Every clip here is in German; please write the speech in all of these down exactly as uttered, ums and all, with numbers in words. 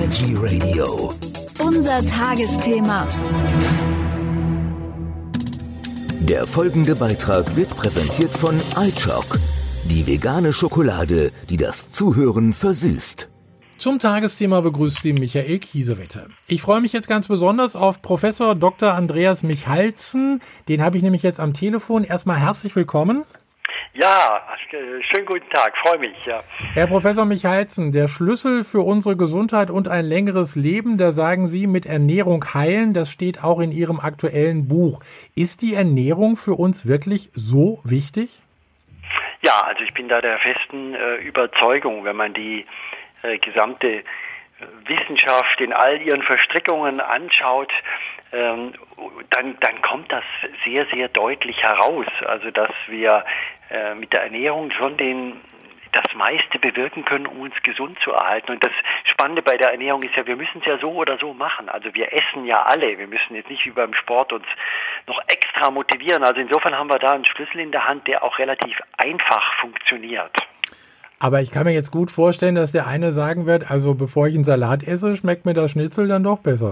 Veggie Radio. Unser Tagesthema. Der folgende Beitrag wird präsentiert von iChoc, die vegane Schokolade, die das Zuhören versüßt. Zum Tagesthema begrüßt Sie Michael Kiesewetter. Ich freue mich jetzt ganz besonders auf Professor Doktor Andreas Michalzen. Den habe ich nämlich jetzt am Telefon. Erstmal herzlich willkommen. Ja, schönen guten Tag, freue mich, ja. Herr Professor Michalzen, der Schlüssel für unsere Gesundheit und ein längeres Leben, da sagen Sie, mit Ernährung heilen, das steht auch in Ihrem aktuellen Buch. Ist die Ernährung für uns wirklich so wichtig? Ja, also ich bin da der festen äh, Überzeugung, wenn man die äh, gesamte äh, Wissenschaft in all ihren Verstrickungen anschaut, ähm, dann, dann kommt das sehr, sehr deutlich heraus. Also dass wir äh, mit der Ernährung schon den das meiste bewirken können, um uns gesund zu erhalten. Und das Spannende bei der Ernährung ist ja, wir müssen es ja so oder so machen. Also wir essen ja alle. Wir müssen jetzt nicht wie beim Sport uns noch extra motivieren. Also insofern haben wir da einen Schlüssel in der Hand, der auch relativ einfach funktioniert. Aber ich kann mir jetzt gut vorstellen, dass der eine sagen wird, also bevor ich einen Salat esse, schmeckt mir das Schnitzel dann doch besser.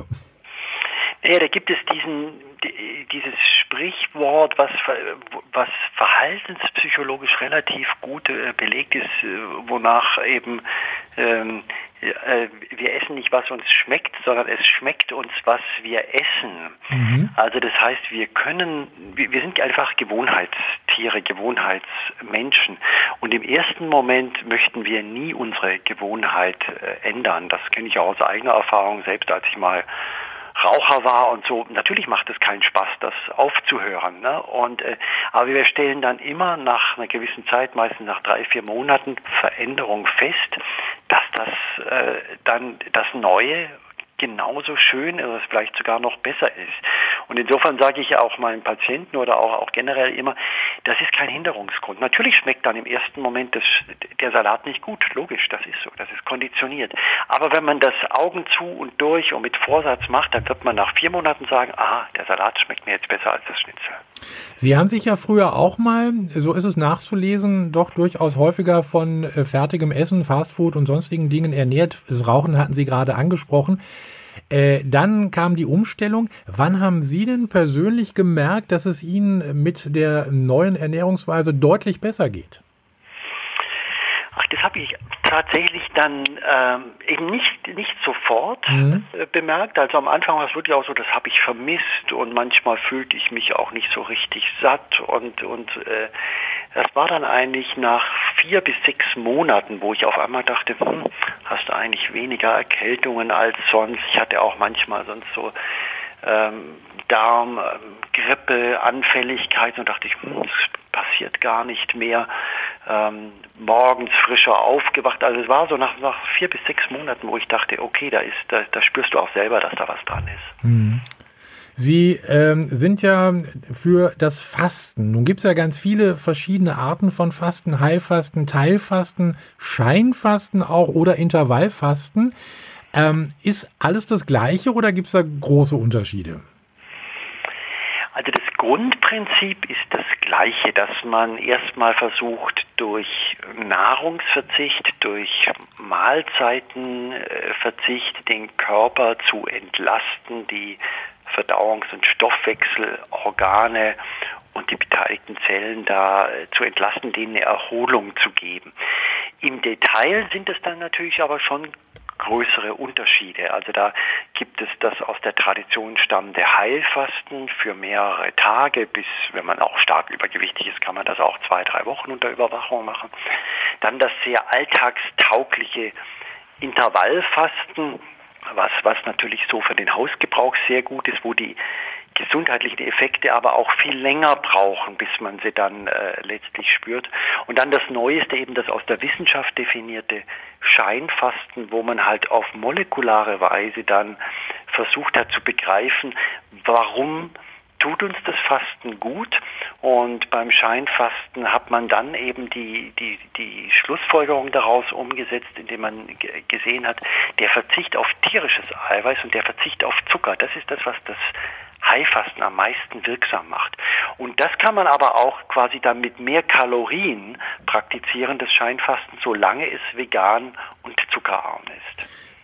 Ja, da gibt es diesen, dieses Sprichwort, was, was verhaltenspsychologisch relativ gut äh, belegt ist, äh, wonach eben ähm, äh, wir essen nicht, was uns schmeckt, sondern es schmeckt uns, was wir essen. Mhm. Also das heißt, wir können, wir, wir sind einfach Gewohnheitstiere, Gewohnheitsmenschen. Und im ersten Moment möchten wir nie unsere Gewohnheit äh, ändern. Das kenne ich auch aus eigener Erfahrung, selbst als ich mal Raucher war und so. Natürlich macht es keinen Spaß, das aufzuhören, ne? Und äh, aber wir stellen dann immer nach einer gewissen Zeit, meistens nach drei, vier Monaten Veränderung fest, dass das äh, dann das Neue genauso schön oder vielleicht sogar noch besser ist. Und insofern sage ich ja auch meinen Patienten oder auch, auch generell immer, das ist kein Hinderungsgrund. Natürlich schmeckt dann im ersten Moment das, der Salat nicht gut, logisch, das ist so, das ist konditioniert. Aber wenn man das Augen zu und durch und mit Vorsatz macht, dann wird man nach vier Monaten sagen, ah, der Salat schmeckt mir jetzt besser als das Schnitzel. Sie haben sich ja früher auch mal, so ist es nachzulesen, doch durchaus häufiger von äh, fertigem Essen, Fastfood und sonstigen Dingen ernährt. Das Rauchen hatten Sie gerade angesprochen. Äh, dann kam die Umstellung. Wann haben Sie denn persönlich gemerkt, dass es Ihnen mit der neuen Ernährungsweise deutlich besser geht? Ach, das habe ich tatsächlich dann ähm, eben nicht nicht sofort mhm. äh, bemerkt. Also am Anfang war es wirklich auch so, das habe ich vermisst und manchmal fühlte ich mich auch nicht so richtig satt und und äh, das war dann eigentlich nach vier bis sechs Monaten, wo ich auf einmal dachte, hm, hast du eigentlich weniger Erkältungen als sonst. Ich hatte auch manchmal sonst so ähm, Darm, ähm, Grippe, Anfälligkeit und dachte ich, hm, das passiert gar nicht mehr. Ähm, morgens frischer aufgewacht. Also es war so nach, nach vier bis sechs Monaten, wo ich dachte, okay, da ist, da, da spürst du auch selber, dass da was dran ist. Mhm. Sie ähm, sind ja für das Fasten. Nun gibt es ja ganz viele verschiedene Arten von Fasten, Heilfasten, Teilfasten, Scheinfasten auch oder Intervallfasten. Ähm, ist alles das Gleiche oder gibt es da große Unterschiede? Also das Grundprinzip ist das Gleiche, dass man erstmal versucht, durch Nahrungsverzicht, durch Mahlzeitenverzicht den Körper zu entlasten, die Verdauungs- und Stoffwechselorgane und die beteiligten Zellen da zu entlasten, denen eine Erholung zu geben. Im Detail sind es dann natürlich aber schon größere Unterschiede. Also da gibt es das aus der Tradition stammende Heilfasten für mehrere Tage, bis, wenn man auch stark übergewichtig ist, kann man das auch zwei, drei Wochen unter Überwachung machen. Dann das sehr alltagstaugliche Intervallfasten, was, was natürlich so für den Hausgebrauch sehr gut ist, wo die gesundheitlichen Effekte aber auch viel länger brauchen, bis man sie dann äh, letztlich spürt. Und dann das Neueste, eben das aus der Wissenschaft definierte Scheinfasten, wo man halt auf molekulare Weise dann versucht hat zu begreifen, warum tut uns das Fasten gut. Und beim Scheinfasten hat man dann eben die, die, die Schlussfolgerung daraus umgesetzt, indem man g- gesehen hat, der Verzicht auf tierisches Eiweiß und der Verzicht auf Zucker, das ist das, was das Heilfasten am meisten wirksam macht. Und das kann man aber auch quasi dann mit mehr Kalorien praktizieren, das Scheinfasten, solange es vegan und zuckerarm ist.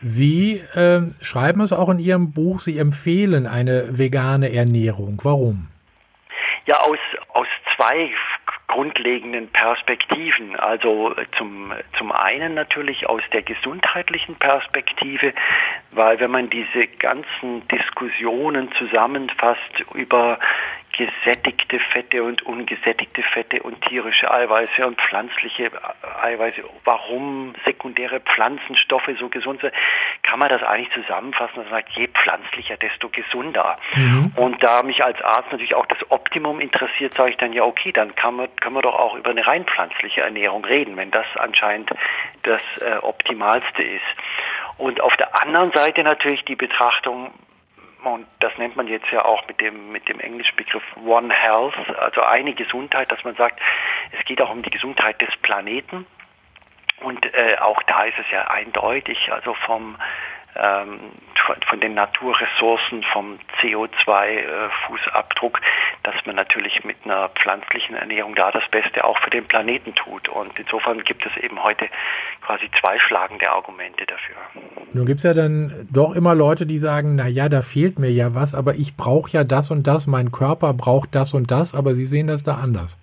Sie äh, schreiben es auch in Ihrem Buch, Sie empfehlen eine vegane Ernährung. Warum? Ja, aus, aus zwei grundlegenden Perspektiven. Also zum, zum einen natürlich aus der gesundheitlichen Perspektive, weil wenn man diese ganzen Diskussionen zusammenfasst über gesättigte Fette und ungesättigte Fette und tierische Eiweiße und pflanzliche Eiweiße, warum sekundäre Pflanzenstoffe so gesund sind, kann man das eigentlich zusammenfassen und sagt, je pflanzlicher, desto gesunder. Mhm. Und da mich als Arzt natürlich auch das Optimum interessiert, sage ich dann, ja okay, dann kann man, können wir doch auch über eine rein pflanzliche Ernährung reden, wenn das anscheinend das äh, Optimalste ist. Und auf der anderen Seite natürlich die Betrachtung, und das nennt man jetzt ja auch mit dem mit dem englischen Begriff One Health, also eine Gesundheit, dass man sagt, es geht auch um die Gesundheit des Planeten. Und äh, auch da ist es ja eindeutig, also vom ähm, von, von den Naturressourcen, vom C O zwei Fußabdruck, dass man natürlich mit einer pflanzlichen Ernährung da das Beste auch für den Planeten tut. Und insofern gibt es eben heute quasi zweischlagende Argumente dafür. Nun gibt es ja dann doch immer Leute, die sagen, na ja, da fehlt mir ja was, aber ich brauche ja das und das, mein Körper braucht das und das, aber Sie sehen das da anders.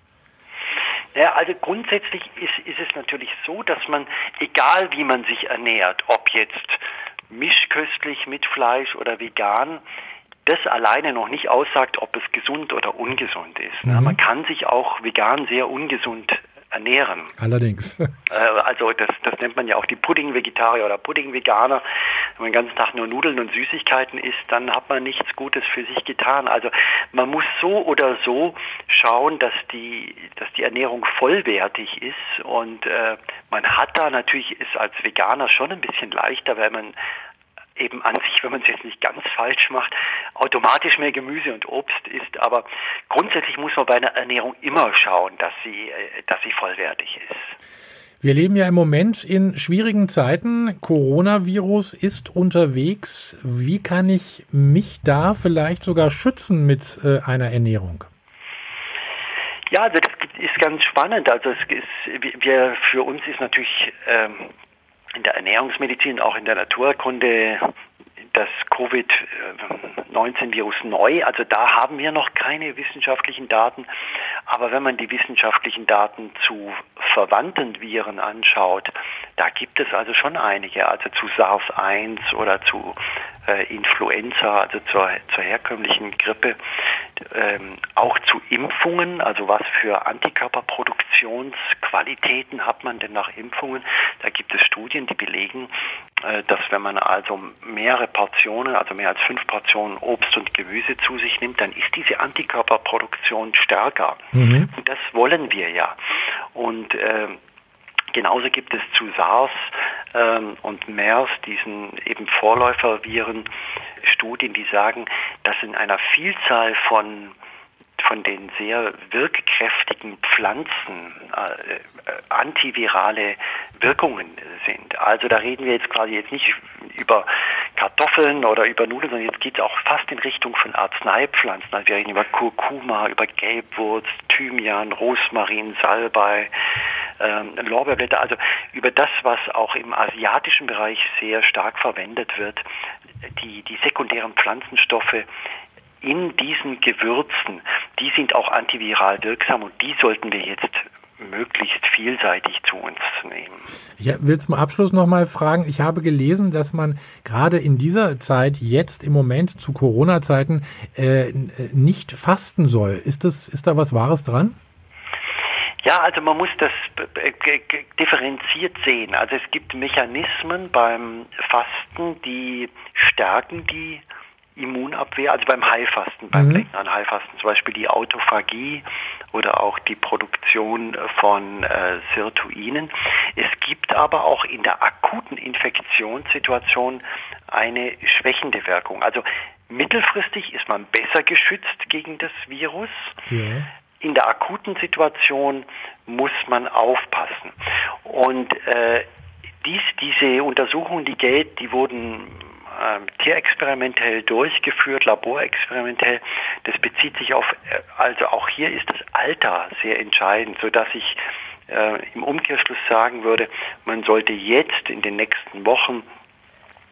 Ja, also grundsätzlich ist, ist es natürlich so, dass man, egal wie man sich ernährt, ob jetzt mischköstlich mit Fleisch oder vegan, das alleine noch nicht aussagt, ob es gesund oder ungesund ist. Mhm. Man kann sich auch vegan sehr ungesund ernähren. Allerdings. Also das, das nennt man ja auch die Pudding-Vegetarier oder Pudding-Veganer. Wenn man den ganzen Tag nur Nudeln und Süßigkeiten isst, dann hat man nichts Gutes für sich getan. Also man muss so oder so schauen, dass die, dass die Ernährung vollwertig ist. Und äh, man hat da natürlich, ist als Veganer schon ein bisschen leichter, weil man eben an sich, wenn man es jetzt nicht ganz falsch macht, automatisch mehr Gemüse und Obst isst. Aber grundsätzlich muss man bei einer Ernährung immer schauen, dass sie, dass sie vollwertig ist. Wir leben ja im Moment in schwierigen Zeiten. Coronavirus ist unterwegs. Wie kann ich mich da vielleicht sogar schützen mit äh, einer Ernährung? Ja, also das ist ganz spannend. Also es ist, wir, für uns ist natürlich ähm, in der Ernährungsmedizin, auch in der Naturkunde, das Covid neunzehn Virus neu. Also da haben wir noch keine wissenschaftlichen Daten. Aber wenn man die wissenschaftlichen Daten zu verwandten Viren anschaut, da gibt es also schon einige. Also zu SARS eins oder zu äh, Influenza, also zur, zur herkömmlichen Grippe. Ähm, auch zu Impfungen, also was für Antikörperproduktionsqualitäten hat man denn nach Impfungen? Da gibt es Studien, die belegen, äh, dass wenn man also mehrere Portionen, also mehr als fünf Portionen Obst und Gemüse zu sich nimmt, dann ist diese Antikörperproduktion stärker. Mhm. Und das wollen wir ja. Und äh, genauso gibt es zu SARS ähm, und MERS, diesen eben Vorläuferviren, Studien, die sagen, dass in einer Vielzahl von von den sehr wirkkräftigen Pflanzen äh, äh, antivirale Wirkungen sind. Also da reden wir jetzt quasi jetzt nicht über Kartoffeln oder über Nudeln, sondern jetzt geht es auch fast in Richtung von Arzneipflanzen. Also wir reden über Kurkuma, über Gelbwurz, Thymian, Rosmarin, Salbei, ähm, Lorbeerblätter, also über das, was auch im asiatischen Bereich sehr stark verwendet wird, die, die sekundären Pflanzenstoffe in diesen Gewürzen, die sind auch antiviral wirksam und die sollten wir jetzt möglichst vielseitig zu uns nehmen. Ich will zum Abschluss noch mal fragen, ich habe gelesen, dass man gerade in dieser Zeit, jetzt im Moment zu Corona-Zeiten, äh, nicht fasten soll. Ist das, ist da was Wahres dran? Ja, also man muss das differenziert sehen. Also es gibt Mechanismen beim Fasten, die stärken die Immunabwehr, also beim Heilfasten, beim mhm. Denken an Heilfasten, zum Beispiel die Autophagie oder auch die Produktion von äh, Sirtuinen. Es gibt aber auch in der akuten Infektionssituation eine schwächende Wirkung. Also mittelfristig ist man besser geschützt gegen das Virus. Ja. In der akuten Situation muss man aufpassen. Und äh, dies, diese Untersuchungen, die Geld, die wurden äh, tierexperimentell durchgeführt, laborexperimentell. Das bezieht sich auf, äh, also auch hier ist das Alter sehr entscheidend, sodass ich äh, im Umkehrschluss sagen würde, man sollte jetzt in den nächsten Wochen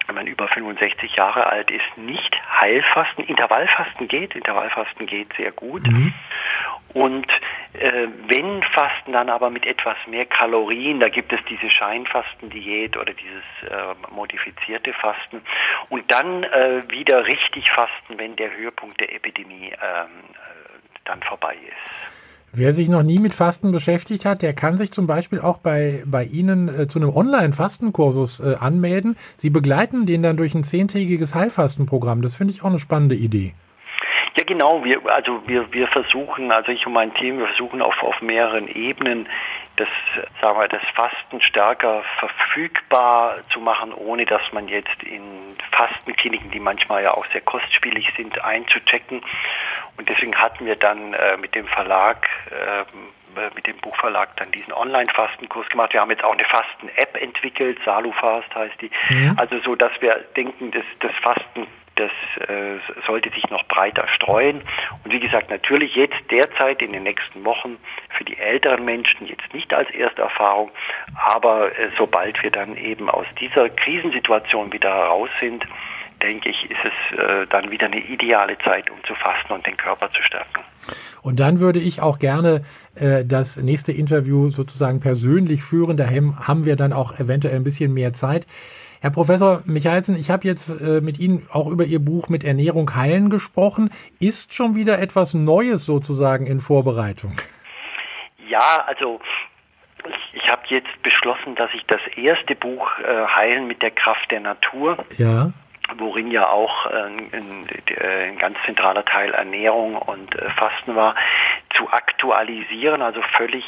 wenn man über fünfundsechzig Jahre alt ist, nicht Heilfasten. Intervallfasten geht, Intervallfasten geht sehr gut. Mhm. Und äh, wenn Fasten, dann aber mit etwas mehr Kalorien. Da gibt es diese Scheinfastendiät oder dieses äh, modifizierte Fasten. Und dann äh, wieder richtig fasten, wenn der Höhepunkt der Epidemie äh, dann vorbei ist. Wer sich noch nie mit Fasten beschäftigt hat, der kann sich zum Beispiel auch bei, bei Ihnen äh, zu einem Online-Fastenkursus äh, anmelden. Sie begleiten den dann durch ein zehntägiges Heilfastenprogramm. Das finde ich auch eine spannende Idee. Ja, genau. Wir, also wir, wir versuchen, also ich und mein Team, wir versuchen auf, auf mehreren Ebenen das, sagen wir, das Fasten stärker verfügbar zu machen, ohne dass man jetzt in Fastenkliniken, die manchmal ja auch sehr kostspielig sind, einzuchecken. Und deswegen hatten wir dann äh, mit dem Verlag, äh, mit dem Buchverlag dann diesen Online-Fastenkurs gemacht. Wir haben jetzt auch eine Fasten-App entwickelt, Salufast heißt die. Mhm. Also so, dass wir denken, dass das Fasten Das äh, sollte sich noch breiter streuen. Und wie gesagt, natürlich jetzt derzeit in den nächsten Wochen für die älteren Menschen jetzt nicht als erste Erfahrung, aber äh, sobald wir dann eben aus dieser Krisensituation wieder heraus sind, denke ich, ist es äh, dann wieder eine ideale Zeit, um zu fasten und den Körper zu stärken. Und dann würde ich auch gerne äh, das nächste Interview sozusagen persönlich führen. Da haben wir dann auch eventuell ein bisschen mehr Zeit. Herr Professor Michalsen, ich habe jetzt äh, mit Ihnen auch über Ihr Buch Mit Ernährung heilen gesprochen. Ist schon wieder etwas Neues sozusagen in Vorbereitung? Ja, also ich, ich habe jetzt beschlossen, dass ich das erste Buch äh, Heilen mit der Kraft der Natur, ja, worin ja auch äh, ein, ein ganz zentraler Teil Ernährung und äh, Fasten war, zu aktualisieren, also völlig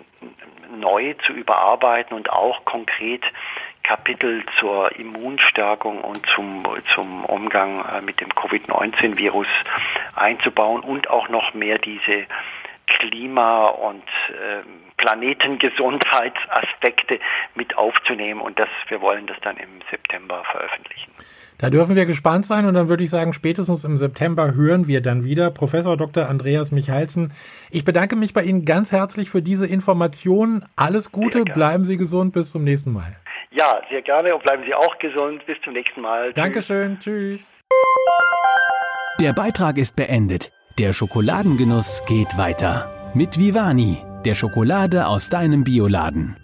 neu zu überarbeiten und auch konkret Kapitel zur Immunstärkung und zum, zum Umgang mit dem Covid neunzehn Virus einzubauen und auch noch mehr diese Klima- und äh, Planetengesundheitsaspekte mit aufzunehmen. Und das, wir wollen das dann im September veröffentlichen. Da dürfen wir gespannt sein und dann würde ich sagen, spätestens im September hören wir dann wieder. Professor Doktor Andreas Michalsen, ich bedanke mich bei Ihnen ganz herzlich für diese Informationen. Alles Gute, bleiben Sie gesund, bis zum nächsten Mal. Ja, sehr gerne und bleiben Sie auch gesund. Bis zum nächsten Mal. Dankeschön, tschüss. Der Beitrag ist beendet. Der Schokoladengenuss geht weiter. Mit Vivani, der Schokolade aus deinem Bioladen.